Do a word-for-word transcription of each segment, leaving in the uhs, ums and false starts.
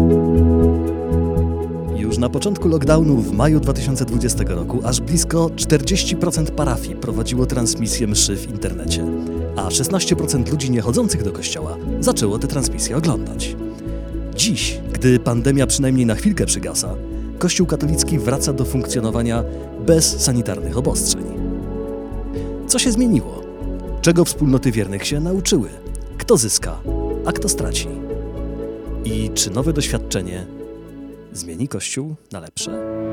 Już na początku lockdownu w maju dwa tysiące dwudziestego roku aż blisko czterdzieści procent parafii prowadziło transmisję mszy w internecie, a szesnaście procent ludzi niechodzących do kościoła zaczęło te transmisje oglądać. Dziś, gdy pandemia przynajmniej na chwilkę przygasa, Kościół katolicki wraca do funkcjonowania bez sanitarnych obostrzeń. Co się zmieniło? Czego wspólnoty wiernych się nauczyły? Kto zyska, a kto straci? I czy nowe doświadczenie zmieni Kościół na lepsze?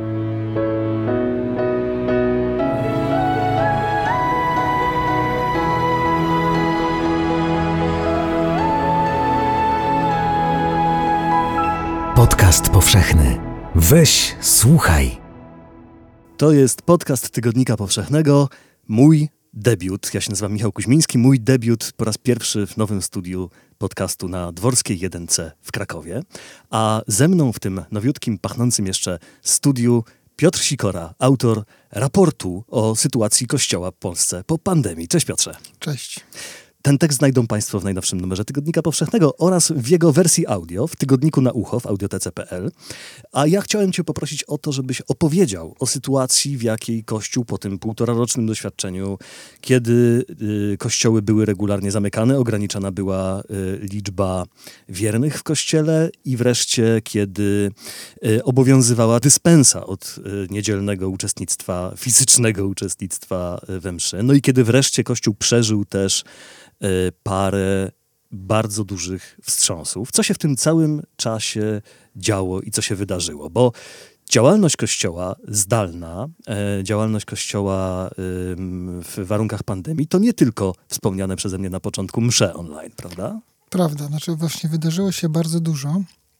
Podcast powszechny. Weź, słuchaj. To jest podcast Tygodnika Powszechnego. Mój debiut. Ja się nazywam Michał Kuźmiński. Mój debiut po raz pierwszy w nowym studiu podcastu na Dworskiej jeden C w Krakowie. A ze mną w tym nowiutkim, pachnącym jeszcze studiu Piotr Sikora, autor raportu o sytuacji Kościoła w Polsce po pandemii. Cześć Piotrze. Cześć. Ten tekst znajdą Państwo w najnowszym numerze Tygodnika Powszechnego oraz w jego wersji audio w Tygodniku na ucho w audiotece kropka pe el. A ja chciałem Cię poprosić o to, żebyś opowiedział o sytuacji, w jakiej Kościół po tym półtorarocznym doświadczeniu, kiedy y, kościoły były regularnie zamykane, ograniczana była y, liczba wiernych w kościele i wreszcie kiedy y, obowiązywała dyspensa od y, niedzielnego uczestnictwa, fizycznego uczestnictwa we mszy. No i kiedy wreszcie Kościół przeżył też parę bardzo dużych wstrząsów. Co się w tym całym czasie działo i co się wydarzyło? Bo działalność Kościoła zdalna, e, działalność Kościoła e, w warunkach pandemii to nie tylko wspomniane przeze mnie na początku msze online, prawda? Prawda, znaczy właśnie wydarzyło się bardzo dużo.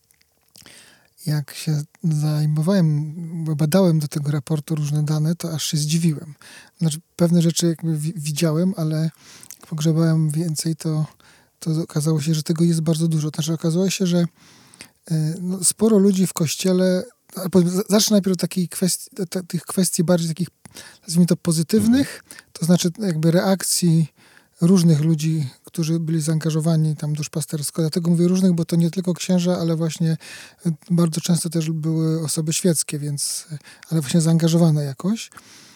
Jak się zajmowałem, badałem do tego raportu różne dane, to aż się zdziwiłem. Znaczy pewne rzeczy jakby wi- widziałem, ale jak pogrzebałem więcej, to, to okazało się, że tego jest bardzo dużo. Znaczy okazało się, że y, no, sporo ludzi w kościele, zacznę najpierw od takiej kwestii, t- tych kwestii bardziej takich, nazwijmy to pozytywnych, to znaczy jakby reakcji różnych ludzi, którzy byli zaangażowani tam duszpastersko. Dlatego mówię różnych, bo to nie tylko księża, ale właśnie bardzo często też były osoby świeckie, więc, ale właśnie zaangażowane jakoś.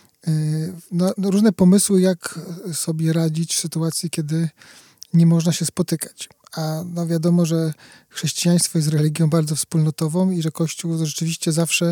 No, no różne pomysły, jak sobie radzić w sytuacji, kiedy nie można się spotykać. A no wiadomo, że chrześcijaństwo jest religią bardzo wspólnotową i że Kościół rzeczywiście zawsze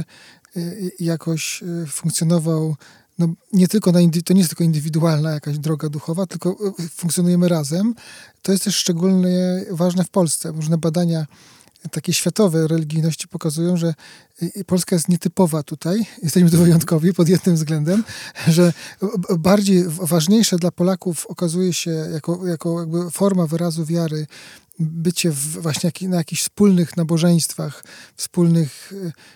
jakoś funkcjonował. No, nie tylko na indy- to nie jest tylko indywidualna jakaś droga duchowa, tylko funkcjonujemy razem. To jest też szczególnie ważne w Polsce. Różne badania takie światowe religijności pokazują, że Polska jest nietypowa tutaj. Jesteśmy tu wyjątkowi pod jednym względem, że bardziej ważniejsze dla Polaków okazuje się jako, jako jakby forma wyrazu wiary bycie w, właśnie jak, na jakichś wspólnych nabożeństwach, wspólnych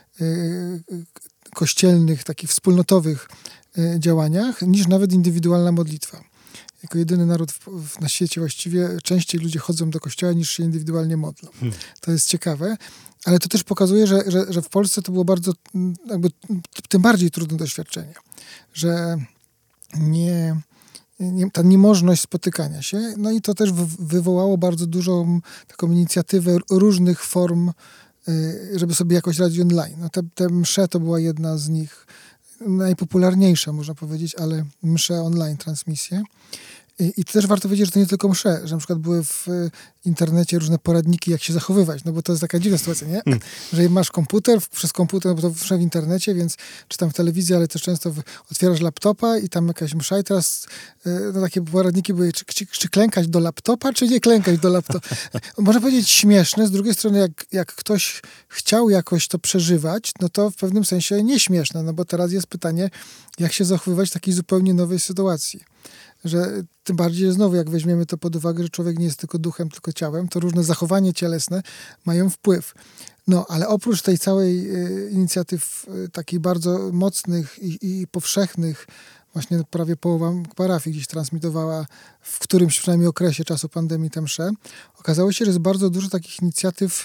yy, kościelnych, takich wspólnotowych działaniach, niż nawet indywidualna modlitwa. Jako jedyny naród w, w, na świecie właściwie częściej ludzie chodzą do kościoła, niż się indywidualnie modlą. Hmm. To jest ciekawe, ale to też pokazuje, że, że, że w Polsce to było bardzo, jakby tym bardziej trudne doświadczenie, że nie, nie, ta niemożność spotykania się, no i to też w, wywołało bardzo dużą taką inicjatywę różnych form, żeby sobie jakoś radzić online. No te, te msze to była jedna z nich, najpopularniejsza, można powiedzieć, ale msze online, transmisje. I, I też warto wiedzieć, że to nie tylko msze, że na przykład były w internecie różne poradniki, jak się zachowywać, no bo to jest taka dziwna sytuacja, nie? Mm. Że masz komputer, przez komputer, bo to msze w internecie, więc czytam w telewizji, ale też często w, otwierasz laptopa i tam jakaś msza i teraz no, takie poradniki były, czy, czy, czy klękać do laptopa, czy nie klękać do laptopa. Można powiedzieć śmieszne, z drugiej strony jak, jak ktoś chciał jakoś to przeżywać, no to w pewnym sensie nieśmieszne, no bo teraz jest pytanie, jak się zachowywać w takiej zupełnie nowej sytuacji. Że tym bardziej znowu, jak weźmiemy to pod uwagę, że człowiek nie jest tylko duchem, tylko ciałem, to różne zachowania cielesne mają wpływ. No, ale oprócz tej całej y, inicjatyw y, takich bardzo mocnych i, i powszechnych, właśnie prawie połowa parafii gdzieś transmitowała w którymś przynajmniej okresie czasu pandemii te msze, okazało się, że jest bardzo dużo takich inicjatyw,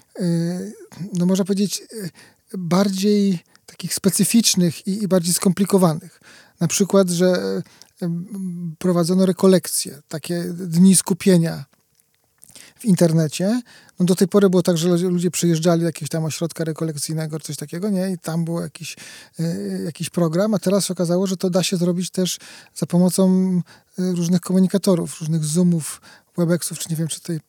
y, no można powiedzieć, y, bardziej takich specyficznych i, i bardziej skomplikowanych. Na przykład, że prowadzono rekolekcje, takie dni skupienia w internecie. No do tej pory było tak, że ludzie przyjeżdżali do jakiegoś tam ośrodka rekolekcyjnego, czy coś takiego, nie? I tam był jakiś, y, jakiś program, a teraz się okazało, że to da się zrobić też za pomocą y, różnych komunikatorów, różnych Zoomów, Webexów, czy nie wiem, czy tutaj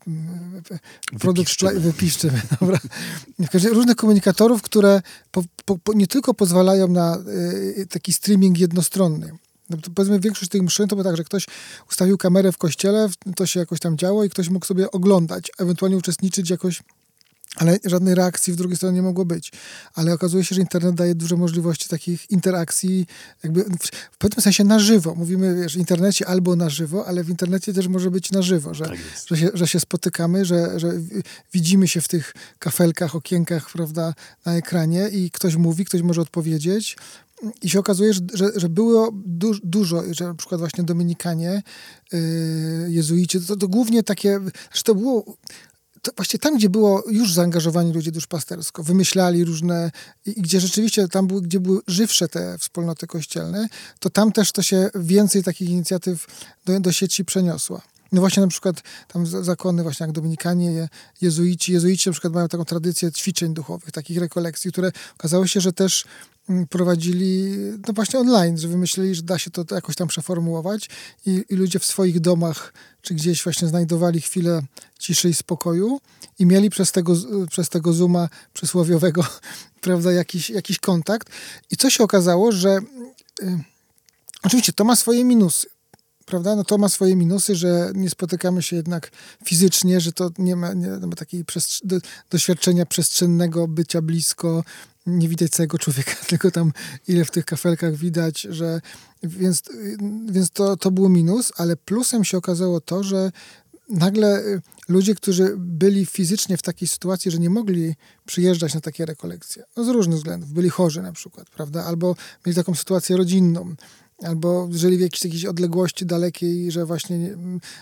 y, produkt wypiszczymy, dobra. Różnych komunikatorów, które po, po, po, nie tylko pozwalają na y, taki streaming jednostronny. No to powiedzmy, większość tych mszy to było tak, że ktoś ustawił kamerę w kościele, to się jakoś tam działo i ktoś mógł sobie oglądać, ewentualnie uczestniczyć jakoś, ale żadnej reakcji w drugiej stronie nie mogło być. Ale okazuje się, że internet daje duże możliwości takich interakcji, jakby w pewnym sensie na żywo. Mówimy, wiesz, w internecie albo na żywo, ale w internecie też może być na żywo, że, tak że, się, że się spotykamy, że, że widzimy się w tych kafelkach, okienkach, prawda, na ekranie i ktoś mówi, ktoś może odpowiedzieć. I się okazuje, że, że, że było du, dużo, że na przykład właśnie Dominikanie, yy, jezuici, to, to głównie takie, że to było, to właśnie tam, gdzie było już zaangażowani ludzie duszpastersko, wymyślali różne, i, i gdzie rzeczywiście tam były, gdzie były żywsze te wspólnoty kościelne, to tam też to się więcej takich inicjatyw do, do sieci przeniosło. No właśnie na przykład tam zakony właśnie jak Dominikanie, je, jezuici. Jezuici na przykład mają taką tradycję ćwiczeń duchowych, takich rekolekcji, które okazało się, że też prowadzili no właśnie online, że wymyśleli, że da się to jakoś tam przeformułować i, i ludzie w swoich domach czy gdzieś właśnie znajdowali chwilę ciszy i spokoju i mieli przez tego, przez tego Zooma przysłowiowego, prawda, jakiś, jakiś kontakt. I co się okazało, że y, oczywiście to ma swoje minusy. Prawda? No to ma swoje minusy, że nie spotykamy się jednak fizycznie, że to nie ma, nie ma takiej przestr- do, doświadczenia przestrzennego, bycia blisko, nie widać całego człowieka, tylko tam ile w tych kafelkach widać, że więc, więc to, to był minus, ale plusem się okazało to, że nagle ludzie, którzy byli fizycznie w takiej sytuacji, że nie mogli przyjeżdżać na takie rekolekcje, no z różnych względów, byli chorzy na przykład, prawda, albo mieli taką sytuację rodzinną, albo żyli w jakiejś, jakiejś odległości dalekiej, że właśnie nie,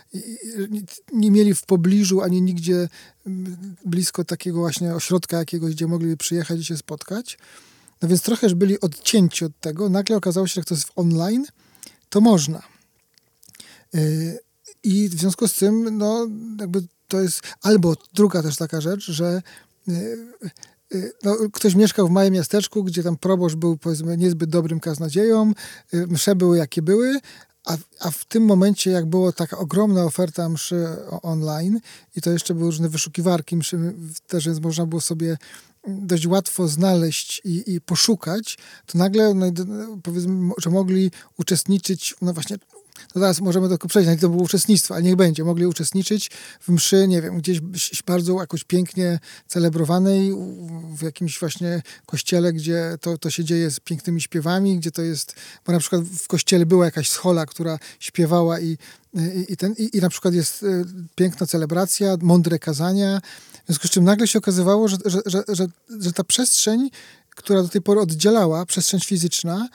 nie, nie mieli w pobliżu ani nigdzie blisko takiego właśnie ośrodka jakiegoś, gdzie mogli przyjechać i się spotkać. No więc trochę już byli odcięci od tego. Nagle okazało się, że jak to jest online, to można. I w związku z tym, no jakby to jest... Albo druga też taka rzecz, że no, ktoś mieszkał w małym miasteczku, gdzie tam proboszcz był, powiedzmy, niezbyt dobrym kaznodzieją, msze były jakie były, a, a w tym momencie, jak była taka ogromna oferta mszy online i to jeszcze były różne wyszukiwarki mszy też, więc można było sobie dość łatwo znaleźć i, i poszukać, to nagle, no, powiedzmy, że mogli uczestniczyć, no właśnie, no teraz możemy tylko przejść, jak to było uczestnictwo, ale niech będzie. Mogli uczestniczyć w mszy, nie wiem, gdzieś bardzo jakoś pięknie celebrowanej, w jakimś właśnie kościele, gdzie to, to się dzieje z pięknymi śpiewami, gdzie to jest, bo na przykład w kościele była jakaś schola, która śpiewała i, i, i, ten, i, i na przykład jest piękna celebracja, mądre kazania, w związku z czym nagle się okazywało, że, że, że, że, że ta przestrzeń, która do tej pory oddzielała, przestrzeń fizyczna,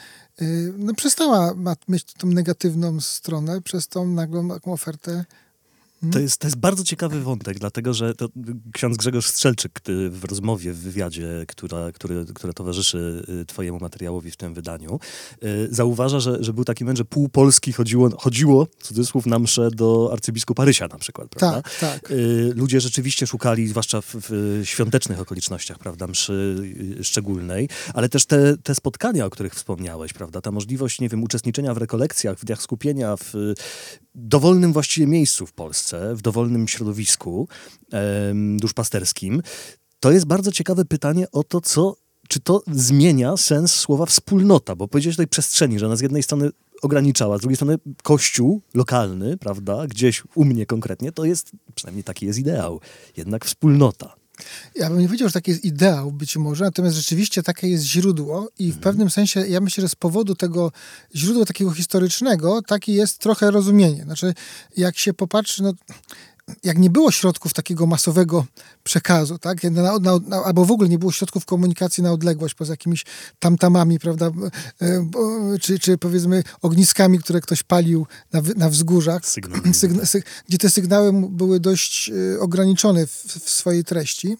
no przestała mieć tą negatywną stronę przez tą nagłą taką ofertę. To jest, to jest bardzo ciekawy wątek, dlatego że to ksiądz Grzegorz Strzelczyk w rozmowie, w wywiadzie, która, który, które towarzyszy twojemu materiałowi w tym wydaniu, zauważa, że, że był taki moment, że pół Polski chodziło, chodziło cudzysłów, na mszę do arcybiskupa Rysia na przykład, prawda? Tak, tak. Ludzie rzeczywiście szukali, zwłaszcza w, w świątecznych okolicznościach, prawda, mszy szczególnej, ale też te, te spotkania, o których wspomniałeś, prawda, ta możliwość, nie wiem, uczestniczenia w rekolekcjach, w dniach skupienia, w dowolnym właściwie miejscu w Polsce, w dowolnym środowisku em, duszpasterskim. To jest bardzo ciekawe pytanie o to, co, czy to zmienia sens słowa wspólnota, bo powiedziałeś o tej przestrzeni, że ona z jednej strony ograniczała, z drugiej strony kościół lokalny, prawda, gdzieś u mnie konkretnie, to jest, przynajmniej taki jest ideał, jednak wspólnota. Ja bym nie powiedział, że taki jest ideał być może, natomiast rzeczywiście takie jest źródło i w mhm. pewnym sensie ja myślę, że z powodu tego źródła takiego historycznego taki jest trochę rozumienie. Znaczy, jak się popatrzy, no jak nie było środków takiego masowego przekazu, tak? Na, na, na, albo w ogóle nie było środków komunikacji na odległość, poza jakimiś tamtamami, prawda? E, bo, czy, czy powiedzmy ogniskami, które ktoś palił na, na wzgórzach, Sygna, syg, gdzie te sygnały były dość e, ograniczone w, w swojej treści,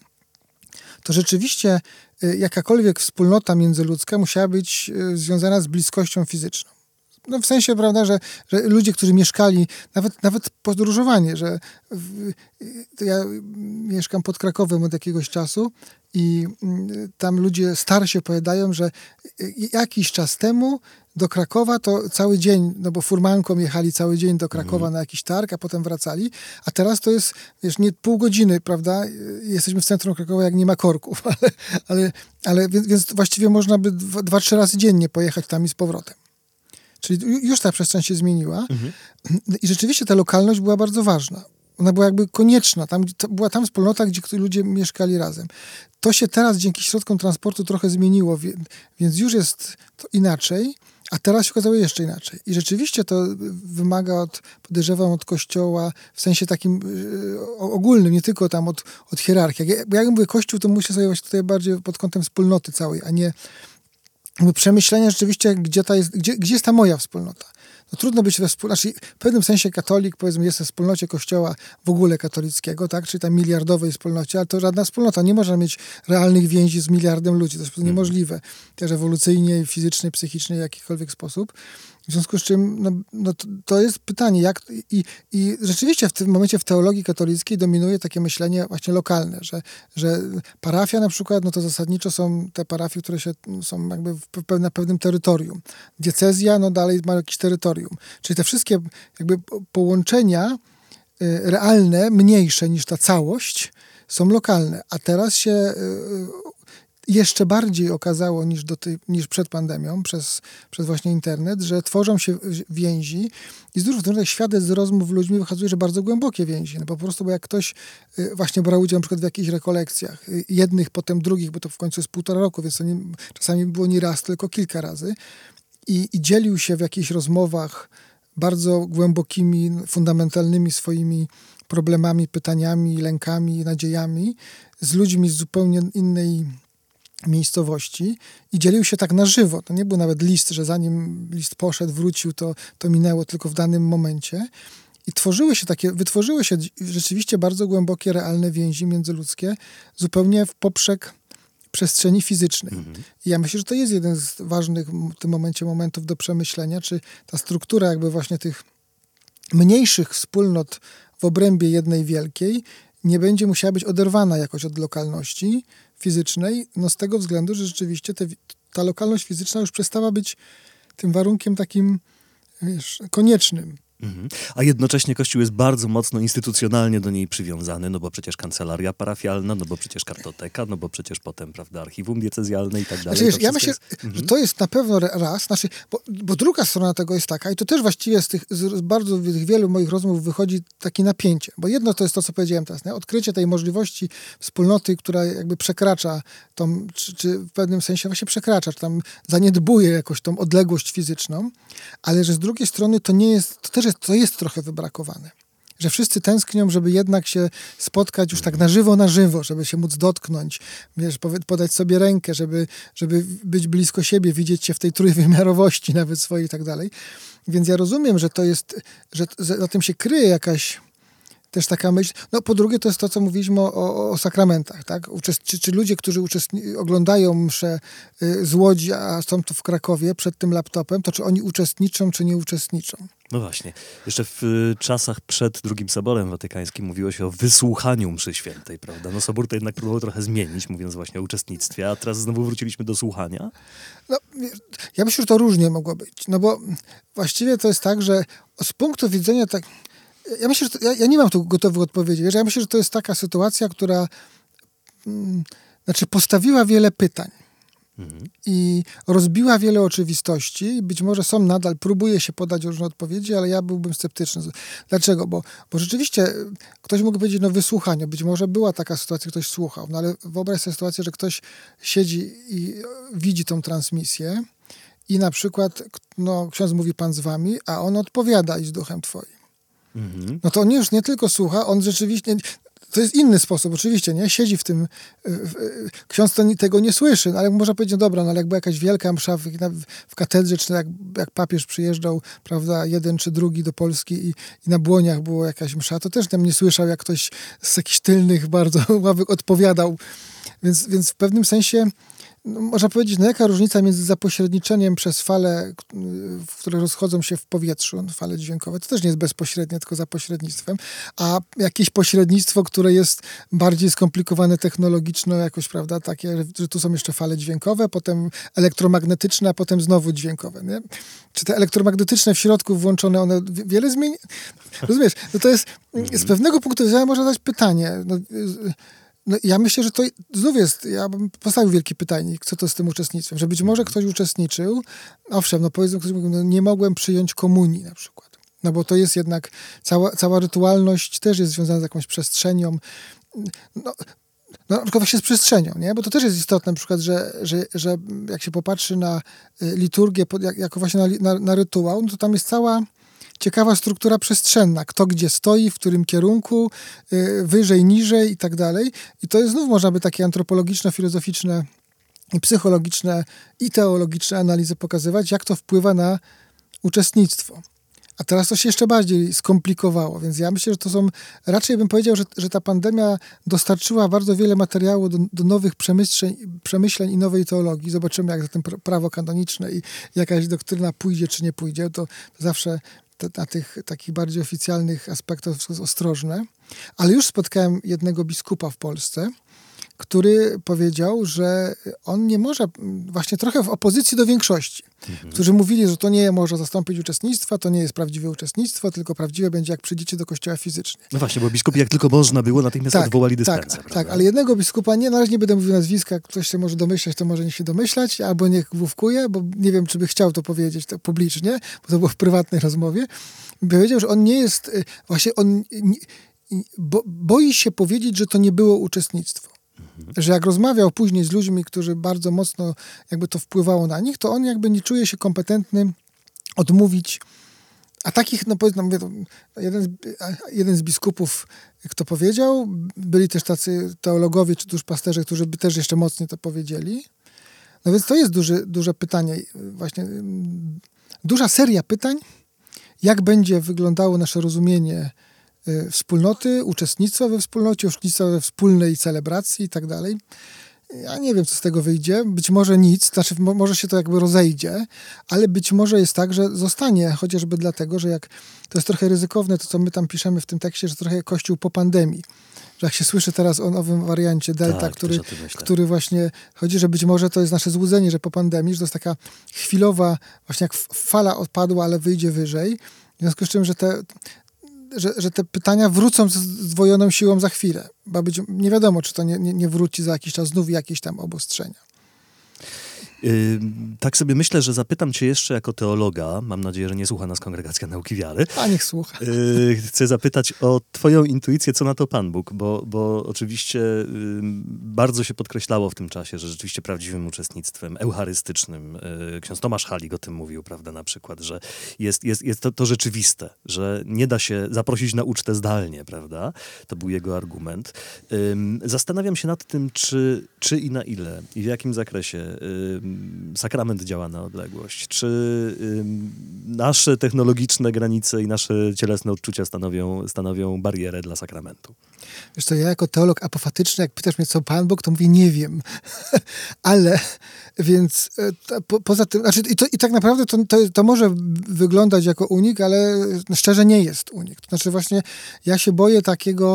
to rzeczywiście e, jakakolwiek wspólnota międzyludzka musiała być e, związana z bliskością fizyczną. no w sensie, prawda, że, że ludzie, którzy mieszkali, nawet, nawet podróżowanie, że w, ja mieszkam pod Krakowem od jakiegoś czasu i tam ludzie starsi opowiadają, że jakiś czas temu do Krakowa to cały dzień, no bo furmanką jechali cały dzień do Krakowa mm. na jakiś targ, a potem wracali, a teraz to jest, wiesz, nie pół godziny, prawda? Jesteśmy w centrum Krakowa, jak nie ma korków, ale, ale, ale więc, więc właściwie można by dwa, dwa, trzy razy dziennie pojechać tam i z powrotem. Czyli już ta przestrzeń się zmieniła mm-hmm. i rzeczywiście ta lokalność była bardzo ważna. Ona była jakby konieczna. Tam, była tam wspólnota, gdzie ludzie mieszkali razem. To się teraz dzięki środkom transportu trochę zmieniło, więc już jest to inaczej, a teraz się okazało jeszcze inaczej. I rzeczywiście to wymaga od, podejrzewam, od Kościoła w sensie takim yy, ogólnym, nie tylko tam od, od hierarchii. Jak, bo jak mówię Kościół, to muszę sobie właśnie tutaj bardziej pod kątem wspólnoty całej, a nie jakby przemyślenia rzeczywiście, gdzie, ta jest, gdzie, gdzie jest ta moja wspólnota. No trudno być we wspólnocie, znaczy w pewnym sensie katolik, powiedzmy, jest we wspólnocie Kościoła w ogóle katolickiego, tak, czyli tam miliardowej wspólnocie, ale to żadna wspólnota nie może mieć realnych więzi z miliardem ludzi. To jest mm. niemożliwe. Też ewolucyjnie, fizycznie, psychicznie, w jakikolwiek sposób. W związku z czym no, no to, to jest pytanie, jak i, i rzeczywiście w tym momencie w teologii katolickiej dominuje takie myślenie właśnie lokalne, że, że parafia na przykład, no to zasadniczo są te parafie, które się, są jakby w, na pewnym terytorium. Diecezja, no dalej ma jakieś terytorium. Czyli te wszystkie jakby połączenia y, realne, mniejsze niż ta całość, są lokalne. A teraz się y, jeszcze bardziej okazało niż, do tej, niż przed pandemią, przez, przez właśnie internet, że tworzą się więzi i z dużych względów świadectw z rozmów z ludźmi okazuje, że bardzo głębokie więzi. No po prostu, bo jak ktoś właśnie brał udział na przykład w jakichś rekolekcjach, jednych, potem drugich, bo to w końcu jest półtora roku, więc to nie, czasami było nie raz, tylko kilka razy i, i dzielił się w jakichś rozmowach bardzo głębokimi, fundamentalnymi swoimi problemami, pytaniami, lękami, nadziejami z ludźmi z zupełnie innej miejscowości i dzielił się tak na żywo. To nie był nawet list, że zanim list poszedł, wrócił, to, to minęło tylko w danym momencie. I tworzyły się takie, wytworzyły się rzeczywiście bardzo głębokie, realne więzi międzyludzkie, zupełnie w poprzek przestrzeni fizycznej. Mhm. I ja myślę, że to jest jeden z ważnych w tym momencie momentów do przemyślenia, czy ta struktura jakby właśnie tych mniejszych wspólnot w obrębie jednej wielkiej nie będzie musiała być oderwana jakoś od lokalności fizycznej, no z tego względu, że rzeczywiście te, ta lokalność fizyczna już przestała być tym warunkiem takim, wiesz, koniecznym. Mhm. A jednocześnie Kościół jest bardzo mocno instytucjonalnie do niej przywiązany, no bo przecież kancelaria parafialna, no bo przecież kartoteka, no bo przecież potem, prawda, archiwum diecezjalne i tak dalej. Znaczy, wiesz, ja myślę, jest... że mhm. to jest na pewno raz, znaczy, bo, bo druga strona tego jest taka, i to też właściwie z tych z bardzo tych wielu moich rozmów wychodzi takie napięcie, bo jedno to jest to, co powiedziałem teraz, nie? Odkrycie tej możliwości wspólnoty, która jakby przekracza tą, czy, czy w pewnym sensie właśnie przekracza, czy tam zaniedbuje jakoś tą odległość fizyczną, ale że z drugiej strony to nie jest, to też jest to jest trochę wybrakowane. Że wszyscy tęsknią, żeby jednak się spotkać już tak na żywo, na żywo, żeby się móc dotknąć, wiesz, podać sobie rękę, żeby, żeby być blisko siebie, widzieć się w tej trójwymiarowości nawet swojej i tak dalej. Więc ja rozumiem, że to jest, że za tym się kryje jakaś też taka myśl. No po drugie to jest to, co mówiliśmy o, o, o sakramentach, tak? Uczest, czy, czy ludzie, którzy uczestni- oglądają mszę y, z Łodzi, a są tu w Krakowie przed tym laptopem, to czy oni uczestniczą, czy nie uczestniczą? No właśnie. Jeszcze w y, czasach przed drugim Soborem Watykańskim mówiło się o wysłuchaniu mszy świętej, prawda? No Sobór to jednak próbował trochę zmienić, mówiąc właśnie o uczestnictwie, a teraz znowu wróciliśmy do słuchania. No, ja myślę, że to różnie mogło być, no bo właściwie to jest tak, że z punktu widzenia tak Ja myślę, że to, ja, ja nie mam tu gotowych odpowiedzi. Wiesz, ja myślę, że to jest taka sytuacja, która mm, znaczy postawiła wiele pytań mhm. i rozbiła wiele oczywistości. Być może są nadal, próbuje się podać różne odpowiedzi, ale ja byłbym sceptyczny. Dlaczego? Bo, bo rzeczywiście ktoś mógł powiedzieć, no wysłuchanie. Być może była taka sytuacja, ktoś słuchał, no ale wyobraź sobie sytuację, że ktoś siedzi i widzi tą transmisję i na przykład no, ksiądz mówi, Pan z wami, a on odpowiada i z duchem twoim. Mhm. No to on już nie tylko słucha, on rzeczywiście, to jest inny sposób, oczywiście, nie? Siedzi w tym, ksiądz to, tego nie słyszy, no ale można powiedzieć, no dobra, no ale jak była jakaś wielka msza w, w katedrze, czy jak, jak papież przyjeżdżał, prawda, jeden czy drugi do Polski i, i na Błoniach była jakaś msza, to też tam nie słyszał, jak ktoś z jakichś tylnych bardzo ławek odpowiadał, więc, więc w pewnym sensie no, można powiedzieć, no jaka różnica między zapośredniczeniem przez fale, które rozchodzą się w powietrzu, fale dźwiękowe, to też nie jest bezpośrednie, tylko za pośrednictwem, a jakieś pośrednictwo, które jest bardziej skomplikowane technologiczno jakoś, prawda, takie, że tu są jeszcze fale dźwiękowe, potem elektromagnetyczne, a potem znowu dźwiękowe, nie? Czy te elektromagnetyczne w środku włączone, one wiele zmieni... Rozumiesz? No to jest, z pewnego punktu widzenia można zadać pytanie, no, no ja myślę, że to znów jest, ja bym postawił wielki pytajnik, co to z tym uczestnictwem, że być może ktoś uczestniczył, owszem, no powiedzmy, ktoś mówi, no nie mogłem przyjąć komunii na przykład, no bo to jest jednak, cała, cała rytualność też jest związana z jakąś przestrzenią, no, no na przykład właśnie z przestrzenią, nie? Bo to też jest istotne, na przykład, że, że, że jak się popatrzy na liturgię, jak, jako właśnie na, na, na rytuał, no to tam jest cała ciekawa struktura przestrzenna, kto gdzie stoi, w którym kierunku, yy, wyżej, niżej i tak dalej. I to jest znów można by takie antropologiczno-filozoficzne i psychologiczne i teologiczne analizy pokazywać, jak to wpływa na uczestnictwo. A teraz to się jeszcze bardziej skomplikowało, więc ja myślę, że to są, raczej bym powiedział, że, że ta pandemia dostarczyła bardzo wiele materiału do, do nowych przemyśleń, przemyśleń i nowej teologii. Zobaczymy, jak za tym prawo kanoniczne i jakaś doktryna pójdzie czy nie pójdzie. To, to zawsze te, na tych takich bardziej oficjalnych aspektach jest ostrożne. Ale już spotkałem jednego biskupa w Polsce, który powiedział, że on nie może, właśnie trochę w opozycji do większości, mhm. którzy mówili, że to nie może zastąpić uczestnictwa, to nie jest prawdziwe uczestnictwo, tylko prawdziwe będzie, jak przyjdziecie do kościoła fizycznie. No właśnie, bo biskupi jak tylko można było, natychmiast tak, odwołali dyspensę. Tak, tak, ale jednego biskupa nie, na razie nie będę mówił nazwiska, ktoś się może domyślać, to może niech się domyślać, albo niech główkuje, bo nie wiem, czy by chciał to powiedzieć tak publicznie, bo to było w prywatnej rozmowie. Powiedział, że on nie jest, właśnie on nie, bo, boi się powiedzieć, że to nie było uczestnictwo. Że jak rozmawiał później z ludźmi, którzy bardzo mocno jakby to wpływało na nich, to on jakby nie czuje się kompetentny odmówić. A takich, no powiedzmy, mówię, jeden, z, jeden z biskupów, kto powiedział, byli też tacy teologowie czy duszpasterze, którzy by też jeszcze mocniej to powiedzieli. No więc to jest duży, duże pytanie, właśnie duża seria pytań, jak będzie wyglądało nasze rozumienie wspólnoty, uczestnictwa we wspólnocie, uczestnictwa we wspólnej celebracji i tak dalej. Ja nie wiem, co z tego wyjdzie. Być może nic, znaczy może się to jakby rozejdzie, ale być może jest tak, że zostanie, chociażby dlatego, że jak to jest trochę ryzykowne, to co my tam piszemy w tym tekście, że trochę Kościół po pandemii. Że jak się słyszy teraz o nowym wariancie Delta, tak, który, który właśnie chodzi, że być może to jest nasze złudzenie, że po pandemii, że to jest taka chwilowa, właśnie jak fala odpadła, ale wyjdzie wyżej. W związku z czym, że te Że, że te pytania wrócą z zdwojoną siłą za chwilę. Bo być, nie wiadomo, czy to nie, nie, nie wróci za jakiś czas znów jakieś tam obostrzenia. Yy, tak sobie myślę, że zapytam cię jeszcze jako teologa, mam nadzieję, że nie słucha nas Kongregacja Nauki Wiary. A niech słucha. Yy, chcę zapytać o twoją intuicję, co na to Pan Bóg, bo, bo oczywiście yy, bardzo się podkreślało w tym czasie, że rzeczywiście prawdziwym uczestnictwem eucharystycznym, yy, ksiądz Tomasz Halik o tym mówił, prawda, na przykład, że jest, jest, jest to, to rzeczywiste, że nie da się zaprosić na ucztę zdalnie, prawda? To był jego argument. Yy, zastanawiam się nad tym, czy, czy i na ile i w jakim zakresie yy, sakrament działa na odległość. Czy y, nasze technologiczne granice i nasze cielesne odczucia stanowią, stanowią barierę dla sakramentu? Wiesz co, ja jako teolog apofatyczny, jak pytasz mnie, co Pan Bóg, to mówię, nie wiem. Ale, więc to, po, poza tym, znaczy i, to, i tak naprawdę to, to, to może wyglądać jako unik, ale szczerze nie jest unik. To znaczy właśnie ja się boję takiego...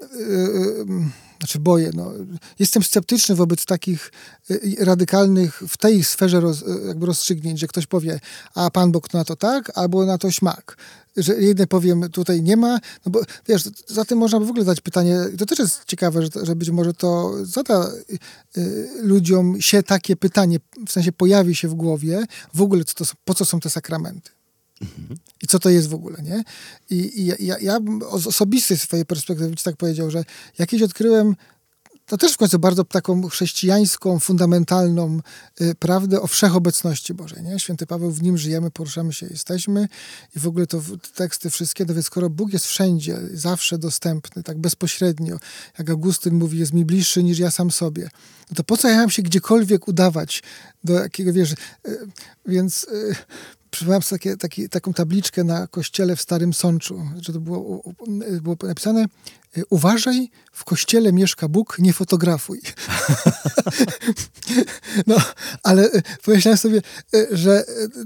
Yy, Znaczy boję, no. Jestem sceptyczny wobec takich radykalnych w tej sferze roz, jakby rozstrzygnięć, że ktoś powie, a Pan Bóg na to tak, albo na to śmak. Że jedne powiem, tutaj nie ma, no bo wiesz, za tym można by w ogóle zadać pytanie, to też jest ciekawe, że, że być może to zada y, ludziom się takie pytanie, w sensie pojawi się w głowie, w ogóle co to, po co są te sakramenty. Mhm. I co to jest w ogóle, nie? I, i ja, ja bym z osobistej swojej perspektywy tak powiedział, że jakieś odkryłem, to też w końcu bardzo taką chrześcijańską, fundamentalną y, prawdę o wszechobecności Bożej, nie? Święty Paweł, w nim żyjemy, poruszamy się, jesteśmy i w ogóle to teksty wszystkie, no więc skoro Bóg jest wszędzie, zawsze dostępny, tak bezpośrednio, jak Augustyn mówi, jest mi bliższy niż ja sam sobie, no to po co ja mam się gdziekolwiek udawać do jakiego, wiesz, y, więc y, przypomniałem sobie takie, taki, taką tabliczkę na kościele w Starym Sączu, że to było, było napisane: uważaj, w kościele mieszka Bóg, nie fotografuj. No, ale pomyślałem sobie, że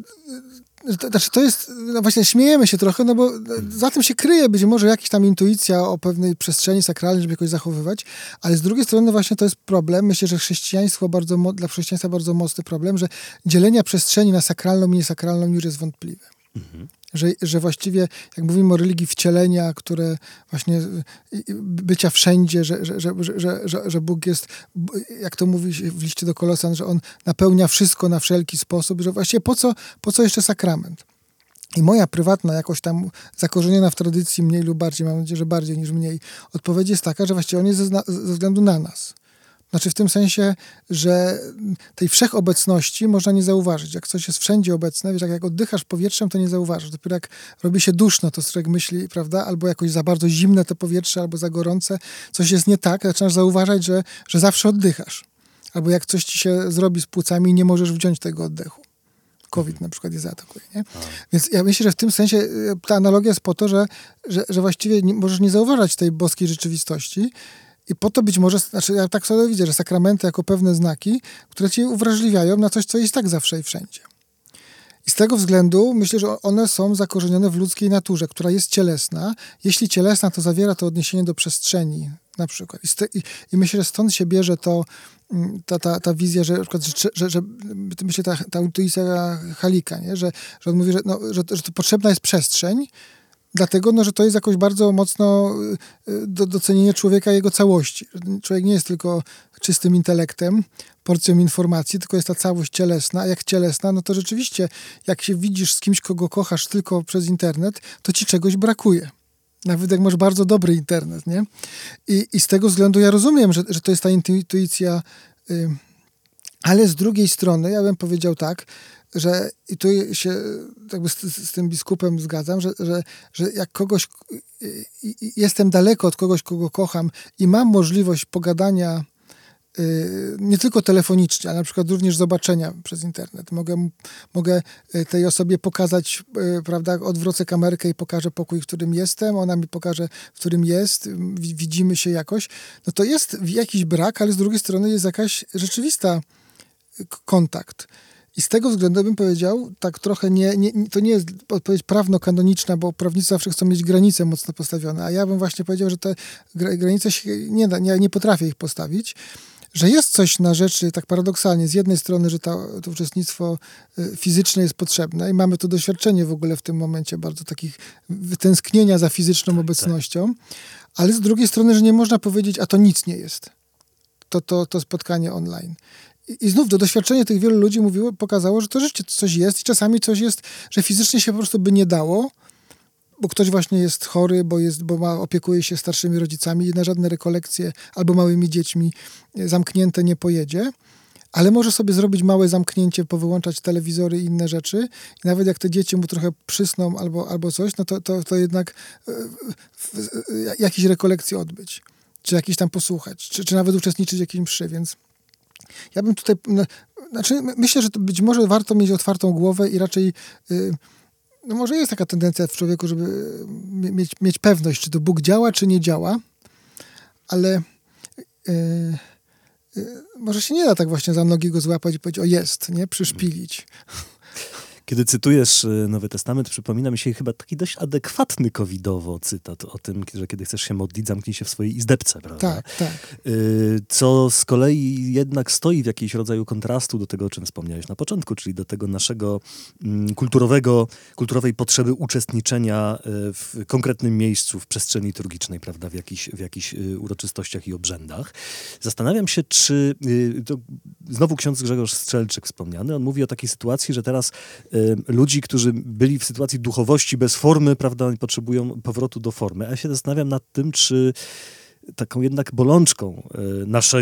to, znaczy to jest, no właśnie śmiejemy się trochę, no bo za tym się kryje być może jakaś tam intuicja o pewnej przestrzeni sakralnej, żeby jakoś zachowywać, ale z drugiej strony właśnie to jest problem. Myślę, że chrześcijaństwo bardzo, dla chrześcijaństwa bardzo mocny problem, że dzielenia przestrzeni na sakralną i niesakralną już jest wątpliwe. Mhm. Że, że właściwie, jak mówimy o religii wcielenia, które właśnie bycia wszędzie, że, że, że, że, że, że Bóg jest, jak to mówi w liście do Kolosan, że On napełnia wszystko na wszelki sposób, że właściwie po co, po co jeszcze sakrament? I moja prywatna, jakoś tam zakorzeniona w tradycji mniej lub bardziej, mam nadzieję, że bardziej niż mniej, odpowiedź jest taka, że właściwie on jest ze, ze względu na nas. Znaczy w tym sensie, że tej wszechobecności można nie zauważyć. Jak coś jest wszędzie obecne, wiesz, jak, jak oddychasz powietrzem, to nie zauważysz. Dopiero jak robi się duszno, to człowiek myśli, prawda, albo jakoś za bardzo zimne to powietrze, albo za gorące, coś jest nie tak, zaczynasz zauważać, że, że zawsze oddychasz. Albo jak coś ci się zrobi z płucami i nie możesz wziąć tego oddechu. COVID na przykład je zaatakuje, nie? Więc ja myślę, że w tym sensie ta analogia jest po to, że, że, że właściwie nie, możesz nie zauważać tej boskiej rzeczywistości. I po to być może, znaczy ja tak sobie widzę, że sakramenty jako pewne znaki, które cię uwrażliwiają na coś, co jest tak zawsze i wszędzie. I z tego względu myślę, że one są zakorzenione w ludzkiej naturze, która jest cielesna. Jeśli cielesna, to zawiera to odniesienie do przestrzeni na przykład. I, st- i, i myślę, że stąd się bierze to, ta, ta, ta wizja, że, na przykład, że, że, że myślę, ta, ta intuicja Halika, nie? Że, że on mówi, że, no, że, że to potrzebna jest przestrzeń, dlatego, no, że to jest jakoś bardzo mocno do, docenienie człowieka i jego całości. Człowiek nie jest tylko czystym intelektem, porcją informacji, tylko jest ta całość cielesna. A jak cielesna, no to rzeczywiście, jak się widzisz z kimś, kogo kochasz tylko przez internet, to ci czegoś brakuje. Nawet jak masz bardzo dobry internet, nie? I, i z tego względu ja rozumiem, że, że to jest ta intuicja, y, ale z drugiej strony, ja bym powiedział tak, że i tu się jakby z, z tym biskupem zgadzam, że, że, że jak kogoś y, y, jestem daleko od kogoś, kogo kocham i mam możliwość pogadania y, nie tylko telefonicznie, ale na przykład również zobaczenia przez internet. Mogę, mogę tej osobie pokazać, y, prawda, odwrócę kamerkę i pokażę pokój, w którym jestem, ona mi pokaże, w którym jest, widzimy się jakoś. No to jest jakiś brak, ale z drugiej strony jest jakaś rzeczywista kontakt. I z tego względu bym powiedział, tak trochę nie, nie, to nie jest odpowiedź prawno-kanoniczna, bo prawnicy zawsze chcą mieć granice mocno postawione, a ja bym właśnie powiedział, że te granice się nie da, nie, nie potrafię ich postawić, że jest coś na rzeczy, tak paradoksalnie, z jednej strony, że ta, to uczestnictwo fizyczne jest potrzebne i mamy to doświadczenie w ogóle w tym momencie bardzo takich wytęsknienia za fizyczną tak, obecnością, tak. Ale z drugiej strony, że nie można powiedzieć, a to nic nie jest. To, to, to spotkanie online. I znów to doświadczenie tych wielu ludzi mówiło, pokazało, że to rzeczywiście coś jest i czasami coś jest, że fizycznie się po prostu by nie dało, bo ktoś właśnie jest chory, bo, jest, bo ma, opiekuje się starszymi rodzicami i na żadne rekolekcje albo małymi dziećmi zamknięte nie pojedzie, ale może sobie zrobić małe zamknięcie, powyłączać telewizory i inne rzeczy i nawet jak te dzieci mu trochę przysną albo, albo coś, no to, to, to jednak e, w, jakieś rekolekcje odbyć, czy jakieś tam posłuchać, czy, czy nawet uczestniczyć w jakiejś mszy, więc ja bym tutaj, no, znaczy myślę, że to być może warto mieć otwartą głowę i raczej, yy, no może jest taka tendencja w człowieku, żeby mieć, mieć pewność, czy to Bóg działa, czy nie działa, ale yy, yy, może się nie da tak właśnie za nogi go złapać i powiedzieć, o jest, nie, przyszpilić. Kiedy cytujesz Nowy Testament, przypomina mi się chyba taki dość adekwatny covidowo cytat o tym, że kiedy chcesz się modlić, zamknij się w swojej izdebce, prawda? Tak, tak. Co z kolei jednak stoi w jakimś rodzaju kontrastu do tego, o czym wspomniałeś na początku, czyli do tego naszego kulturowego, kulturowej potrzeby uczestniczenia w konkretnym miejscu, w przestrzeni liturgicznej, prawda, w jakichś, w jakichś uroczystościach i obrzędach. Zastanawiam się, czy... To znowu ksiądz Grzegorz Strzelczyk wspomniany, on mówi o takiej sytuacji, że teraz ludzi, którzy byli w sytuacji duchowości bez formy, prawda, oni potrzebują powrotu do formy. A ja się zastanawiam nad tym, czy taką jednak bolączką naszego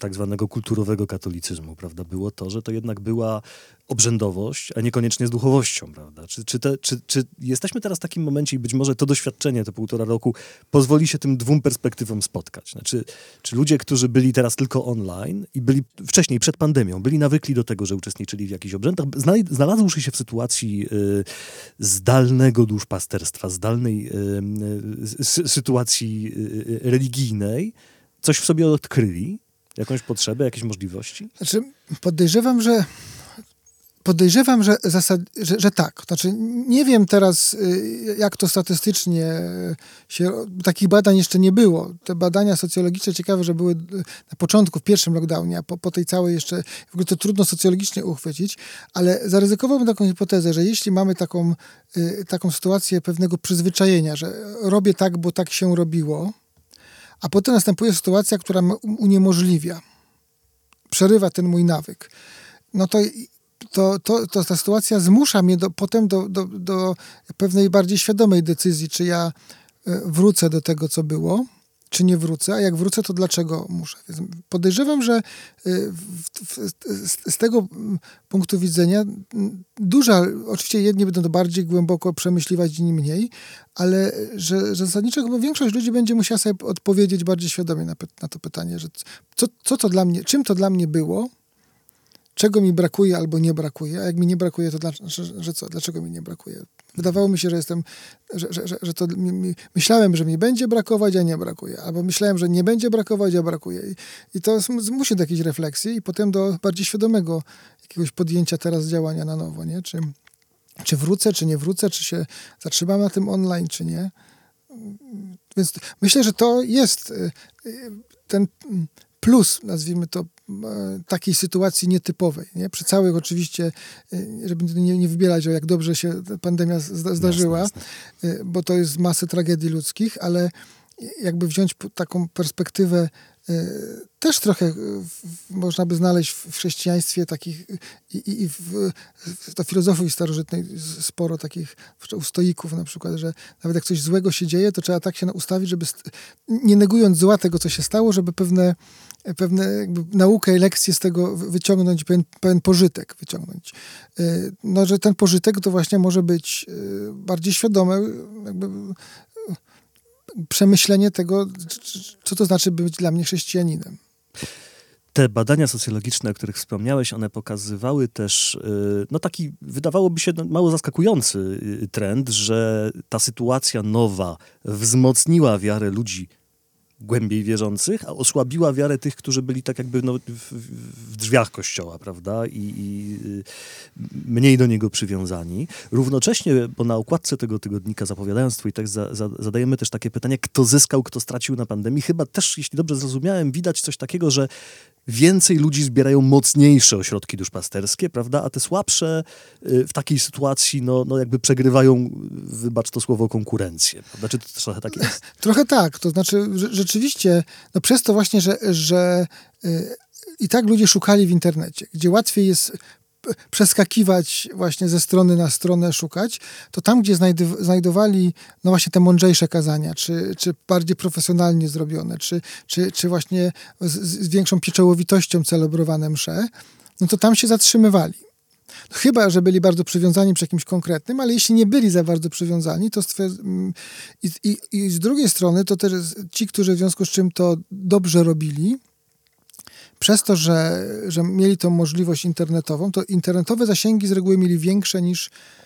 tak zwanego kulturowego katolicyzmu, prawda, było to, że to jednak była obrzędowość, a niekoniecznie z duchowością, prawda? Czy, czy, te, czy, czy jesteśmy teraz w takim momencie i być może to doświadczenie, te półtora roku pozwoli się tym dwóm perspektywom spotkać? Znaczy, czy ludzie, którzy byli teraz tylko online i byli wcześniej, przed pandemią, byli nawykli do tego, że uczestniczyli w jakichś obrzędach, znalazłszy się w sytuacji y, zdalnego duszpasterstwa, zdalnej y, y, sytuacji y, religijnej, coś w sobie odkryli? Jakąś potrzebę, jakieś możliwości? Znaczy, podejrzewam, że Podejrzewam, że, zasad, że, że tak. Znaczy, nie wiem teraz, jak to statystycznie się... Takich badań jeszcze nie było. Te badania socjologiczne ciekawe, że były na początku, w pierwszym lockdownie, a po, po tej całej jeszcze... W ogóle to trudno socjologicznie uchwycić, ale zaryzykowałbym taką hipotezę, że jeśli mamy taką, taką sytuację pewnego przyzwyczajenia, że robię tak, bo tak się robiło, a potem następuje sytuacja, która uniemożliwia, przerywa ten mój nawyk, no to... To, to, to ta sytuacja zmusza mnie do, potem do, do, do pewnej bardziej świadomej decyzji, czy ja wrócę do tego, co było, czy nie wrócę, a jak wrócę, to dlaczego muszę. Więc podejrzewam, że w, w, z, z tego punktu widzenia duża, oczywiście jedni będą to bardziej głęboko przemyśliwać, inni mniej, ale że, że zasadniczo chyba większość ludzi będzie musiała sobie odpowiedzieć bardziej świadomie na, na to pytanie, że co, co to dla mnie, czym to dla mnie było, czego mi brakuje albo nie brakuje, a jak mi nie brakuje, to dlaczego, że, że co, dlaczego mi nie brakuje? Wydawało mi się, że jestem, że, że, że, że to mi, mi, myślałem, że mi będzie brakować, a nie brakuje. Albo myślałem, że nie będzie brakować, a brakuje. I, i to zmusi do jakiejś refleksji i potem do bardziej świadomego jakiegoś podjęcia teraz działania na nowo, nie? Czy, czy wrócę, czy nie wrócę, czy się zatrzymam na tym online, czy nie. Więc myślę, że to jest ten plus, nazwijmy to, takiej sytuacji nietypowej. Nie? Przy całych oczywiście, żeby nie, nie wybierać, o jak dobrze się pandemia zdarzyła, jasne, jasne. Bo to jest masę tragedii ludzkich, ale jakby wziąć taką perspektywę też trochę można by znaleźć w chrześcijaństwie takich i, i w, w filozofii starożytnej sporo takich u stoików na przykład, że nawet jak coś złego się dzieje, to trzeba tak się ustawić, żeby nie negując zła tego, co się stało, żeby pewne, pewne jakby naukę i lekcje z tego wyciągnąć, pewien, pewien pożytek wyciągnąć. No, że ten pożytek to właśnie może być bardziej świadome, jakby przemyślenie tego, co to znaczy być dla mnie chrześcijaninem. Te badania socjologiczne, o których wspomniałeś, one pokazywały też no taki, wydawałoby się, mało zaskakujący trend, że ta sytuacja nowa wzmocniła wiarę ludzi głębiej wierzących, a osłabiła wiarę tych, którzy byli tak jakby no, w, w drzwiach kościoła, prawda? I, i mniej do niego przywiązani. Równocześnie, bo na okładce tego tygodnika, zapowiadając twój tekst, za, za, zadajemy też takie pytanie, kto zyskał, kto stracił na pandemii. Chyba też, jeśli dobrze zrozumiałem, widać coś takiego, że więcej ludzi zbierają mocniejsze ośrodki duszpasterskie, prawda? A te słabsze y, w takiej sytuacji, no, no jakby przegrywają, wybacz to słowo, konkurencję. Prawda? Czy to trochę tak jest? Trochę tak. To znaczy, że, rzeczywiście, no przez to właśnie, że, że y, i tak ludzie szukali w internecie, gdzie łatwiej jest przeskakiwać właśnie ze strony na stronę, szukać, to tam, gdzie znajdy- znajdowali no właśnie te mądrzejsze kazania, czy, czy bardziej profesjonalnie zrobione, czy, czy, czy właśnie z, z większą pieczołowitością celebrowane msze, no to tam się zatrzymywali. No chyba, że byli bardzo przywiązani przy jakimś konkretnym, ale jeśli nie byli za bardzo przywiązani, to stwierd- i, i, i z drugiej strony to też ci, którzy w związku z czym to dobrze robili, przez to, że, że mieli tą możliwość internetową, to internetowe zasięgi z reguły mieli większe niż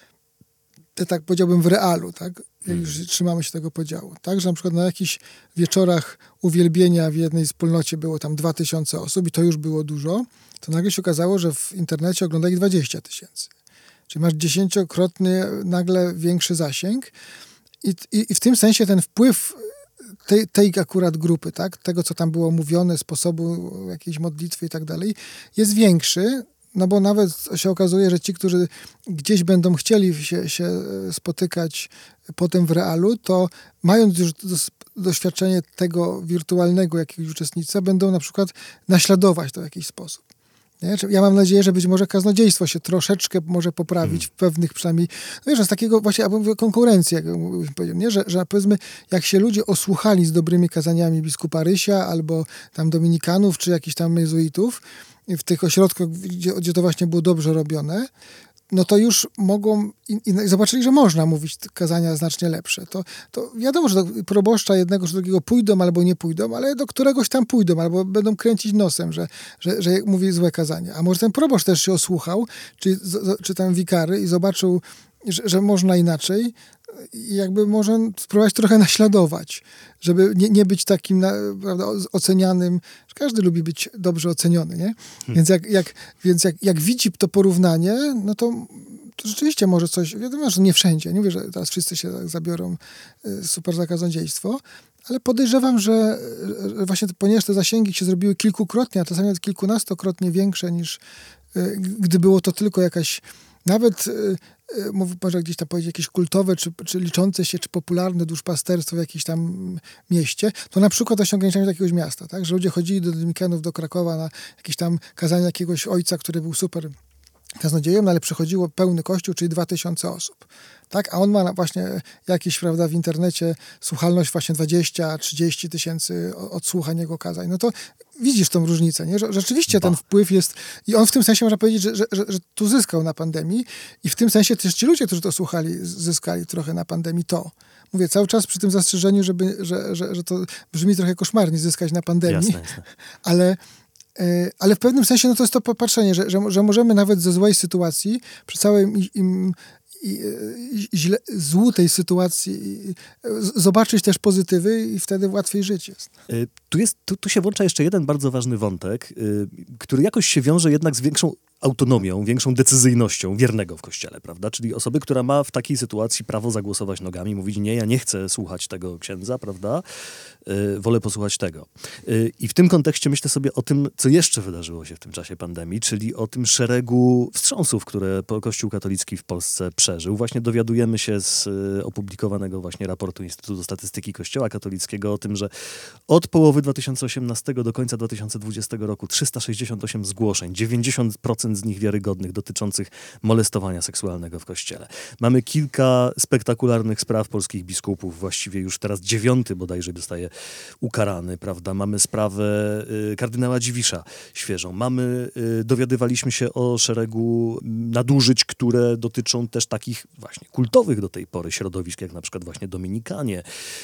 te, tak powiedziałbym, w realu, tak? Jak już trzymamy się tego podziału. Tak, że na przykład na jakichś wieczorach uwielbienia w jednej wspólnocie było tam dwa tysiące osób i to już było dużo, to nagle się okazało, że w internecie ogląda ich dwadzieścia tysięcy. Czyli masz dziesięciokrotnie nagle większy zasięg i, i, i w tym sensie ten wpływ Tej, tej akurat grupy, tak, tego, co tam było mówione, sposobu jakiejś modlitwy i tak dalej, jest większy, no bo nawet się okazuje, że ci, którzy gdzieś będą chcieli się, się spotykać potem w realu, to mając już doświadczenie tego wirtualnego jakiegoś uczestnictwa, będą na przykład naśladować to w jakiś sposób. Nie? Ja mam nadzieję, że być może kaznodziejstwo się troszeczkę może poprawić Hmm. w pewnych przynajmniej, no wiesz, z takiego właśnie, ja mówię, konkurencji, jak powiedziałem, nie? Że, że powiedzmy, jak się ludzie osłuchali z dobrymi kazaniami biskupa Rysia albo tam dominikanów, czy jakichś tam jezuitów w tych ośrodkach, gdzie, gdzie to właśnie było dobrze robione, no to już mogą i, i zobaczyli, że można mówić kazania znacznie lepsze. To, to wiadomo, że do proboszcza jednego czy drugiego pójdą albo nie pójdą, ale do któregoś tam pójdą albo będą kręcić nosem, że, że, że mówi złe kazanie. A może ten proboszcz też się osłuchał, czy, czy tam wikary i zobaczył, że, że można inaczej i jakby może spróbować trochę naśladować, żeby nie, nie być takim na, prawda, ocenianym, że każdy lubi być dobrze oceniony, nie? Hmm. Więc, jak, jak, więc jak, jak widzi to porównanie, no to, to rzeczywiście może coś, wiadomo, że nie wszędzie, nie mówię, że teraz wszyscy się zabiorą super za kaznodziejstwo, ale podejrzewam, że właśnie ponieważ te zasięgi się zrobiły kilkukrotnie, a czasami nawet kilkunastokrotnie większe niż gdy było to tylko jakaś nawet może gdzieś tam powiedzieć jakieś kultowe, czy, czy liczące się, czy popularne duszpasterstwo w jakimś tam mieście, to na przykład osiągnięciami jakiegoś miasta, tak? Że ludzie chodzili do Dominikanów, do Krakowa na jakieś tam kazania jakiegoś ojca, który był super kaznodziejem, no ale przychodziło pełny kościół, czyli dwa tysiące osób. Tak? A on ma właśnie jakieś, prawda, w internecie słuchalność właśnie dwadzieścia trzydzieści tysięcy odsłuchań jego kazań. No to widzisz tą różnicę, nie? Że rzeczywiście ba. ten wpływ jest i on w tym sensie można powiedzieć, że, że, że, że tu zyskał na pandemii i w tym sensie też ci ludzie, którzy to słuchali, zyskali trochę na pandemii to. Mówię cały czas przy tym zastrzeżeniu, żeby, że, że, że to brzmi trochę koszmarnie zyskać na pandemii, jasne, jasne. ale ale w pewnym sensie no to jest to popatrzenie, że, że, że możemy nawet ze złej sytuacji, przy całym im, im, i, i, źle, złu tej sytuacji z, zobaczyć też pozytywy i wtedy łatwiej żyć jest. Tu, jest tu, tu się włącza jeszcze jeden bardzo ważny wątek, yy, który jakoś się wiąże jednak z większą autonomią, większą decyzyjnością wiernego w Kościele, prawda? Czyli osoby, która ma w takiej sytuacji prawo zagłosować nogami, mówić nie, ja nie chcę słuchać tego księdza, prawda? Yy, wolę posłuchać tego. Yy, I w tym kontekście myślę sobie o tym, co jeszcze wydarzyło się w tym czasie pandemii, czyli o tym szeregu wstrząsów, które Kościół katolicki w Polsce przeżył. Właśnie dowiadujemy się z yy, opublikowanego właśnie raportu Instytutu Statystyki Kościoła Katolickiego o tym, że od połowy dwa tysiące osiemnastego do końca dwa tysiące dwudziestego roku trzysta sześćdziesiąt osiem zgłoszeń, dziewięćdziesiąt procent z nich wiarygodnych, dotyczących molestowania seksualnego w Kościele. Mamy kilka spektakularnych spraw polskich biskupów, właściwie już teraz dziewiąty bodajże zostaje ukarany, prawda? Mamy sprawę y, kardynała Dziwisza świeżą. Mamy, y, dowiadywaliśmy się o szeregu nadużyć, które dotyczą też takich właśnie kultowych do tej pory środowisk, jak na przykład właśnie Dominikanie.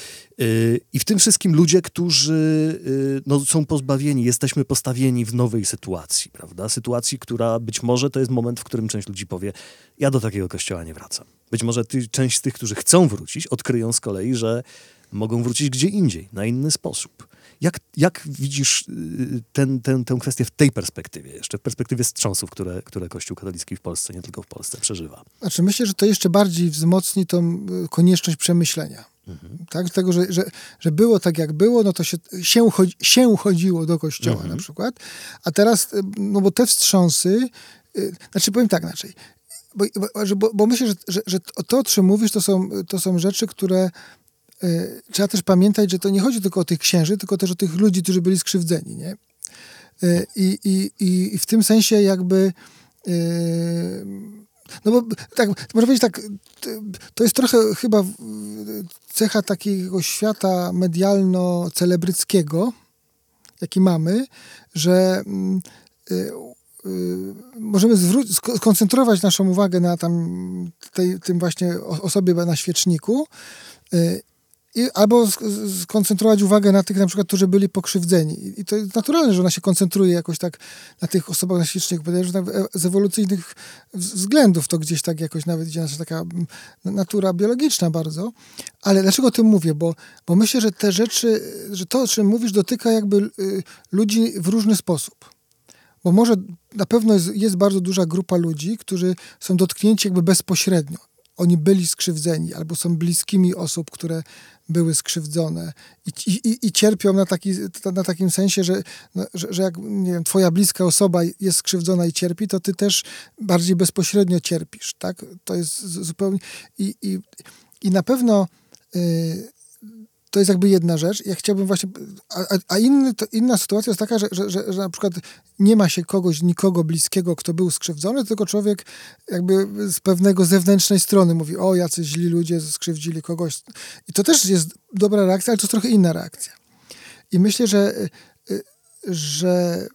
I w tym wszystkim ludzie, którzy no, są pozbawieni, jesteśmy postawieni w nowej sytuacji, prawda? Sytuacji, która być może to jest moment, w którym część ludzi powie, ja do takiego kościoła nie wracam. Być może ty, część z tych, którzy chcą wrócić, odkryją z kolei, że mogą wrócić gdzie indziej, na inny sposób. Jak, jak widzisz ten, ten, tę kwestię w tej perspektywie, jeszcze w perspektywie wstrząsów, które, które Kościół katolicki w Polsce, nie tylko w Polsce, przeżywa? Znaczy myślę, że to jeszcze bardziej wzmocni tą konieczność przemyślenia. Mhm. Tak? Tego, że, że, że było tak, jak było, no to się, się, chodzi, się chodziło do kościoła mhm. na przykład, a teraz, no bo te wstrząsy, yy, znaczy powiem tak inaczej, bo, bo, bo myślę, że, że, że to, o czym mówisz, to są, to są rzeczy, które yy, trzeba też pamiętać, że to nie chodzi tylko o tych księży, tylko też o tych ludzi, którzy byli skrzywdzeni, nie? Yy, i, i, i w tym sensie jakby yy, no bo tak, można powiedzieć tak, to jest trochę chyba cecha takiego świata medialno-celebryckiego, jaki mamy, że y, y, możemy zwró- skoncentrować naszą uwagę na tam tej, tym właśnie osobie na świeczniku y, i albo skoncentrować uwagę na tych na przykład, którzy byli pokrzywdzeni. I to jest naturalne, że ona się koncentruje jakoś tak na tych osobach na świeczniku. Wydaje się, że z ewolucyjnych względów to gdzieś tak jakoś nawet idzie nasza taka natura biologiczna bardzo. Ale dlaczego o tym mówię? Bo, bo myślę, że te rzeczy, że to, o czym mówisz, dotyka jakby ludzi w różny sposób. Bo może na pewno jest, jest bardzo duża grupa ludzi, którzy są dotknięci jakby bezpośrednio. Oni byli skrzywdzeni albo są bliskimi osób, które były skrzywdzone i, i, i cierpią na, taki, na takim sensie, że, no, że, że jak nie wiem, twoja bliska osoba jest skrzywdzona i cierpi, to ty też bardziej bezpośrednio cierpisz, tak? To jest zupełnie... I, i, i na pewno y, to jest jakby jedna rzecz. Ja chciałbym właśnie... A, a inny, to inna sytuacja jest taka, że, że, że, że na przykład nie ma się kogoś, nikogo bliskiego, kto był skrzywdzony, tylko człowiek jakby z pewnego zewnętrznej strony mówi, o, jacy źli ludzie skrzywdzili kogoś. I to też jest dobra reakcja, ale to jest trochę inna reakcja. I myślę, że, że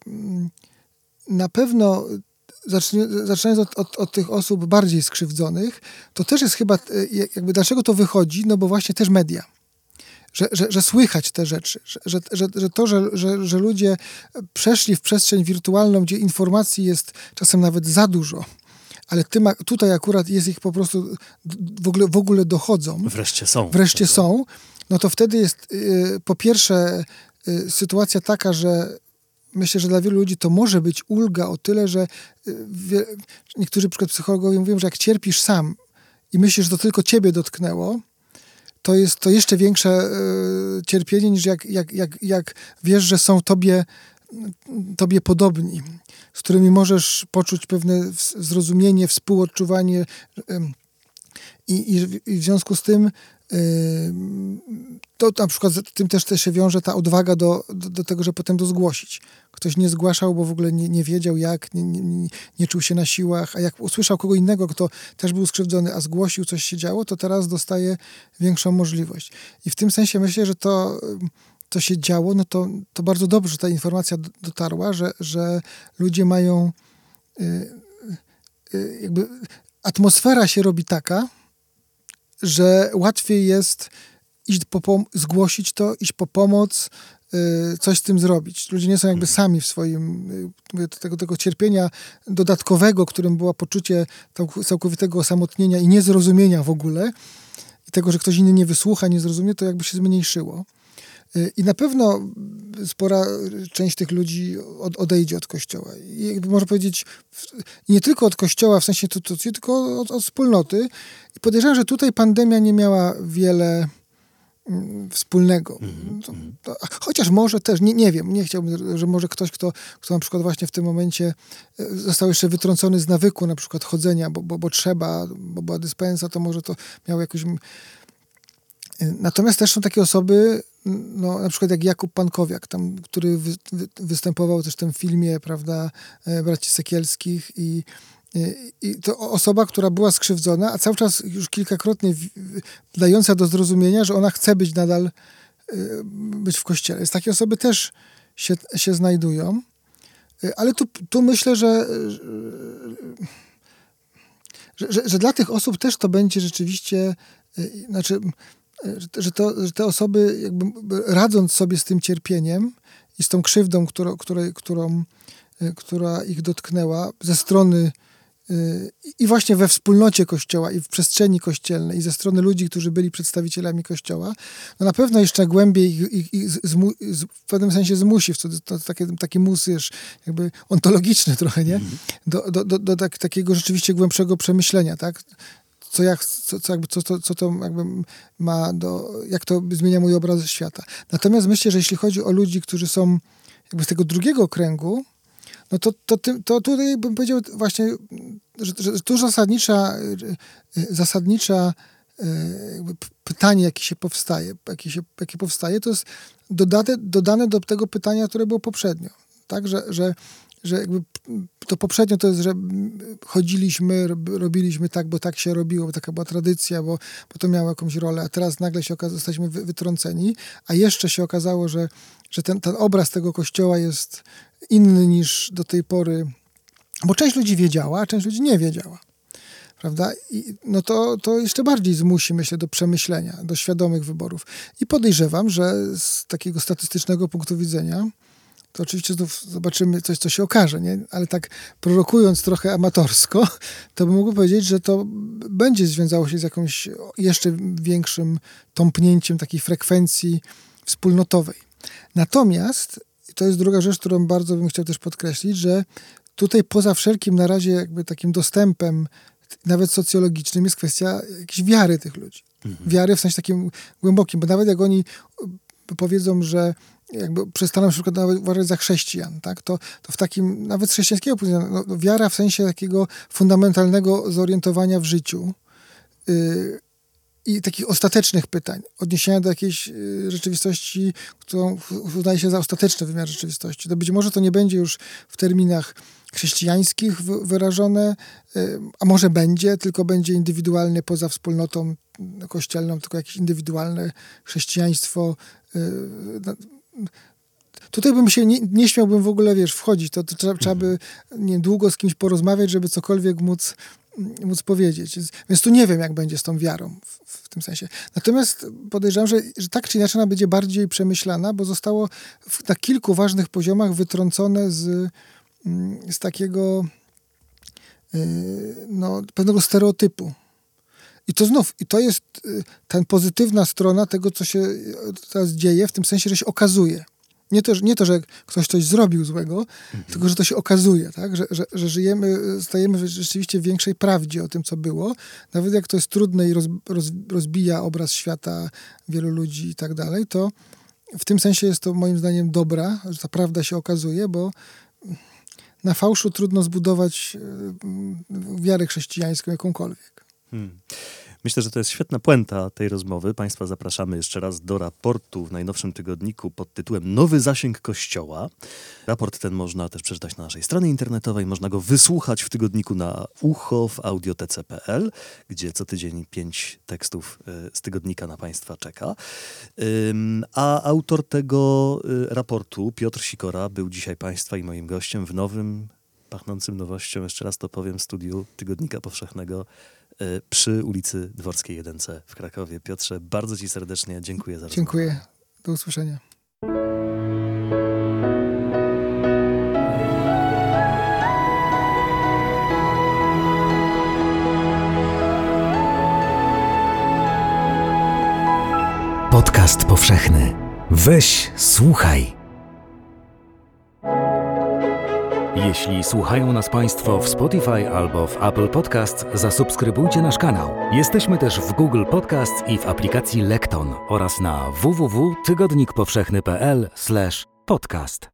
na pewno zaczynając od, od, od tych osób bardziej skrzywdzonych, to też jest chyba, jakby dlaczego to wychodzi? No bo właśnie też media. Że, że, że słychać te rzeczy, że, że, że, że to, że, że, że ludzie przeszli w przestrzeń wirtualną, gdzie informacji jest czasem nawet za dużo, ale tym, tutaj akurat jest ich po prostu w ogóle, w ogóle dochodzą. Wreszcie są. Wreszcie są. No to wtedy jest y, po pierwsze y, sytuacja taka, że myślę, że dla wielu ludzi to może być ulga o tyle, że y, wie, niektórzy na przykład psychologowie mówią, że jak cierpisz sam i myślisz, że to tylko ciebie dotknęło, to jest to jeszcze większe y, cierpienie niż jak, jak, jak, jak wiesz, że są tobie, tobie podobni, z którymi możesz poczuć pewne zrozumienie, współodczuwanie y, i, i, i w związku z tym y, to na przykład z tym też, też się wiąże ta odwaga do, do, do tego, że potem to zgłosić. Ktoś nie zgłaszał, bo w ogóle nie, nie wiedział jak, nie, nie, nie czuł się na siłach, a jak usłyszał kogo innego, kto też był skrzywdzony, a zgłosił, coś się działo, to teraz dostaje większą możliwość. I w tym sensie myślę, że to, to się działo, no to, to bardzo dobrze, że ta informacja dotarła, że, że ludzie mają y, y, jakby atmosfera się robi taka, że łatwiej jest iść po pom- zgłosić to, iść po pomoc, y, coś z tym zrobić. Ludzie nie są jakby sami w swoim y, tego, tego cierpienia dodatkowego, którym było poczucie całkowitego osamotnienia i niezrozumienia w ogóle i tego, że ktoś inny nie wysłucha, nie zrozumie, to jakby się zmniejszyło. Y, I na pewno spora część tych ludzi od, odejdzie od Kościoła. I jakby można powiedzieć, w, nie tylko od Kościoła w sensie instytucji, tylko od, od wspólnoty. I podejrzewam, że tutaj pandemia nie miała wiele wspólnego. To, to, chociaż może też, nie, nie wiem, nie chciałbym, że może ktoś, kto, kto na przykład właśnie w tym momencie został jeszcze wytrącony z nawyku na przykład chodzenia, bo, bo, bo trzeba, bo była dyspensa, to może to miało jakoś... Natomiast też są takie osoby, no, na przykład jak Jakub Pankowiak, tam, który wy, wy, występował też w tym filmie, prawda, Braci Sekielskich i I to osoba, która była skrzywdzona, a cały czas już kilkakrotnie dająca do zrozumienia, że ona chce być nadal, być w Kościele. Więc takie osoby też się, się znajdują. Ale tu, tu myślę, że, że, że, że dla tych osób też to będzie rzeczywiście, znaczy, że, to, że te osoby jakby radząc sobie z tym cierpieniem i z tą krzywdą, którą, której, którą, która ich dotknęła ze strony i właśnie we wspólnocie Kościoła i w przestrzeni kościelnej i ze strony ludzi, którzy byli przedstawicielami Kościoła, no na pewno jeszcze głębiej ich, ich, ich zmu, z, w pewnym sensie zmusi, to, to takie, taki mus jest jakby ontologiczny trochę, nie? Do, do, do, do tak, takiego rzeczywiście głębszego przemyślenia, tak? Co, jak, co, co, jakby, co, to, co to jakby ma do, jak to zmienia mój obraz świata. Natomiast myślę, że jeśli chodzi o ludzi, którzy są jakby z tego drugiego kręgu, no to, to, to tutaj bym powiedział właśnie, że, że tu zasadnicza, zasadnicza jakby pytanie, jakie się powstaje, jakie, się, jakie powstaje, to jest dodane, dodane do tego pytania, które było poprzednio. Tak, że, że, że jakby to poprzednio to jest, że chodziliśmy, robiliśmy tak, bo tak się robiło, bo taka była tradycja, bo, bo to miało jakąś rolę, a teraz nagle się okazało, zostaliśmy wytrąceni, a jeszcze się okazało, że, że ten, ten obraz tego Kościoła jest inny niż do tej pory, bo część ludzi wiedziała, a część ludzi nie wiedziała. Prawda? I no to, to jeszcze bardziej zmusi, myślę, do przemyślenia, do świadomych wyborów. I podejrzewam, że z takiego statystycznego punktu widzenia, to oczywiście znów zobaczymy coś, co się okaże, nie? Ale tak prorokując trochę amatorsko, to bym mógł powiedzieć, że to będzie związało się z jakimś jeszcze większym tąpnięciem takiej frekwencji wspólnotowej. Natomiast, i to jest druga rzecz, którą bardzo bym chciał też podkreślić, że tutaj poza wszelkim na razie jakby takim dostępem nawet socjologicznym jest kwestia jakiejś wiary tych ludzi. Mhm. Wiary w sensie takim głębokim, bo nawet jak oni powiedzą, że jakby przestaną na przykład nawet uważać za chrześcijan, tak? to, to w takim, nawet z chrześcijańskiego punktu widzenia, no, wiara w sensie takiego fundamentalnego zorientowania w życiu, yy, i takich ostatecznych pytań, odniesienia do jakiejś y, rzeczywistości, którą uznaje się za ostateczny wymiar rzeczywistości. To być może to nie będzie już w terminach chrześcijańskich w, wyrażone, y, a może będzie, tylko będzie indywidualnie poza wspólnotą kościelną, tylko jakieś indywidualne chrześcijaństwo. Y, no, tutaj bym się nie, nie śmiałbym w ogóle, wiesz, wchodzić. To, to trzeba, trzeba by nie wiem, długo z kimś porozmawiać, żeby cokolwiek móc móc powiedzieć. Więc, więc tu nie wiem, jak będzie z tą wiarą w, w tym sensie. Natomiast podejrzewam, że, że tak czy inaczej ona będzie bardziej przemyślana, bo zostało w, na kilku ważnych poziomach wytrącone z, z takiego yy, no, pewnego stereotypu. I to znów, i to jest yy, ta pozytywna strona tego, co się teraz dzieje, w tym sensie, że się okazuje. Nie to, nie to, że ktoś coś zrobił złego, mhm. tylko że to się okazuje, tak? że, że, że żyjemy, stajemy rzeczywiście w większej prawdzie o tym, co było. Nawet jak to jest trudne i roz, roz, rozbija obraz świata wielu ludzi i tak dalej, to w tym sensie jest to moim zdaniem dobra, że ta prawda się okazuje, bo na fałszu trudno zbudować wiarę chrześcijańską jakąkolwiek. Hmm. Myślę, że to jest świetna puenta tej rozmowy. Państwa zapraszamy jeszcze raz do raportu w najnowszym tygodniku pod tytułem Nowy zasięg Kościoła. Raport ten można też przeczytać na naszej stronie internetowej. Można go wysłuchać w tygodniku na ucho w audiotece kropka pe el, gdzie co tydzień pięć tekstów z tygodnika na Państwa czeka. A autor tego raportu, Piotr Sikora, był dzisiaj Państwa i moim gościem w nowym, pachnącym nowością, jeszcze raz to powiem, studiu Tygodnika Powszechnego przy ulicy Dworskiej jeden C w Krakowie. Piotrze, bardzo Ci serdecznie dziękuję za rozmowę. Dziękuję. Do usłyszenia. Podcast powszechny. Weź, słuchaj. Jeśli słuchają nas Państwo w Spotify albo w Apple Podcasts, zasubskrybujcie nasz kanał. Jesteśmy też w Google Podcasts i w aplikacji Lekton oraz na w w w kropka tygodnik powszechny kropka pe el slash podcast.